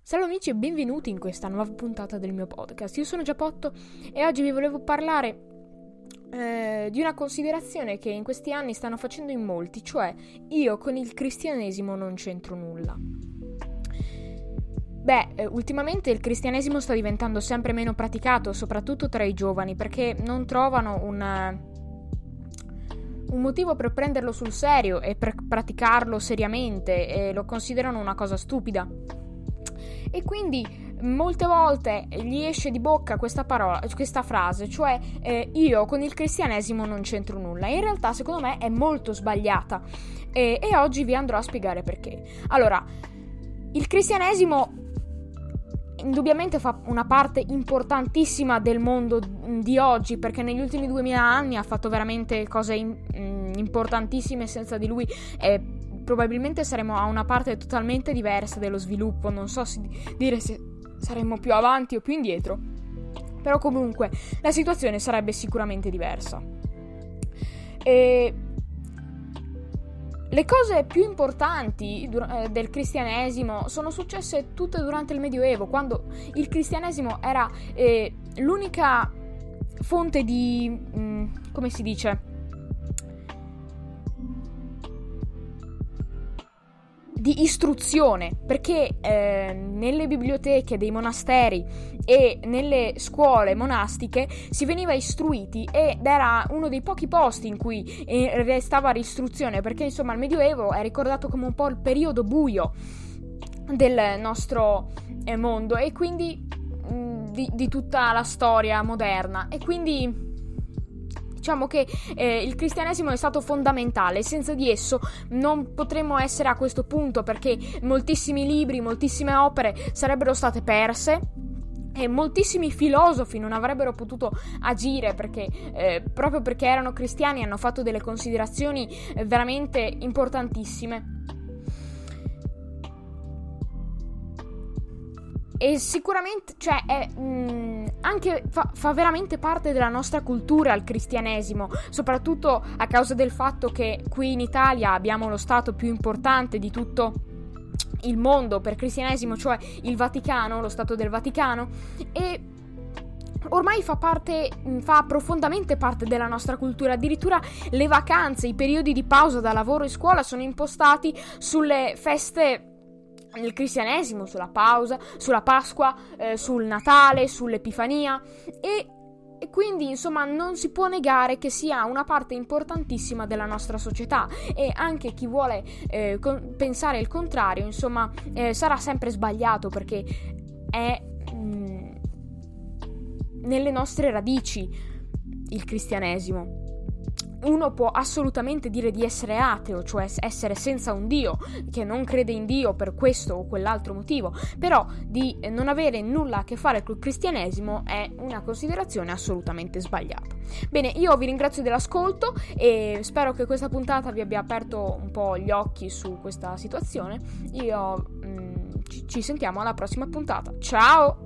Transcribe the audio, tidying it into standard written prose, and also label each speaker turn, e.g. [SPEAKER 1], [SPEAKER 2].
[SPEAKER 1] Salve amici e benvenuti in questa nuova puntata del mio podcast. Io sono Giappotto e oggi vi volevo parlare di una considerazione che in questi anni stanno facendo in molti, cioè io con il cristianesimo non c'entro nulla. Ultimamente il cristianesimo sta diventando sempre meno praticato, soprattutto tra i giovani, perché non trovano un motivo per prenderlo sul serio e per praticarlo seriamente e lo considerano una cosa stupida. E quindi molte volte gli esce di bocca questa frase, cioè io con il cristianesimo non c'entro nulla. In realtà secondo me è molto sbagliata e oggi vi andrò a spiegare perché. Allora, il cristianesimo indubbiamente fa una parte importantissima del mondo di oggi, perché negli ultimi 2000 anni ha fatto veramente cose importantissime. Senza di lui probabilmente saremmo a una parte totalmente diversa dello sviluppo. Non so dire se saremmo più avanti o più indietro, però comunque la situazione sarebbe sicuramente diversa. Le cose più importanti del cristianesimo sono successe tutte durante il Medioevo, quando il cristianesimo era l'unica fonte di come si dice? Di istruzione, perché nelle biblioteche dei monasteri e nelle scuole monastiche si veniva istruiti ed era uno dei pochi posti in cui restava l'istruzione, perché insomma il Medioevo è ricordato come un po' il periodo buio del nostro mondo e quindi di tutta la storia moderna, e quindi diciamo che il cristianesimo è stato fondamentale. Senza di esso non potremmo essere a questo punto, perché moltissimi libri, moltissime opere sarebbero state perse e moltissimi filosofi non avrebbero potuto agire, perché proprio perché erano cristiani hanno fatto delle considerazioni veramente importantissime. E sicuramente, anche fa veramente parte della nostra cultura il cristianesimo, soprattutto a causa del fatto che qui in Italia abbiamo lo stato più importante di tutto il mondo per cristianesimo, cioè il Vaticano, lo Stato del Vaticano, e ormai fa profondamente parte della nostra cultura. Addirittura le vacanze, i periodi di pausa da lavoro e scuola sono impostati sulle feste nel cristianesimo, sulla Pasqua, sul Natale, sull'Epifania, e quindi insomma non si può negare che sia una parte importantissima della nostra società, e anche chi vuole pensare il contrario insomma sarà sempre sbagliato, perché è nelle nostre radici il cristianesimo. Uno può assolutamente dire di essere ateo, cioè essere senza un Dio, che non crede in Dio per questo o quell'altro motivo, però di non avere nulla a che fare col cristianesimo è una considerazione assolutamente sbagliata. Bene, io vi ringrazio dell'ascolto e spero che questa puntata vi abbia aperto un po' gli occhi su questa situazione. Ci sentiamo alla prossima puntata. Ciao!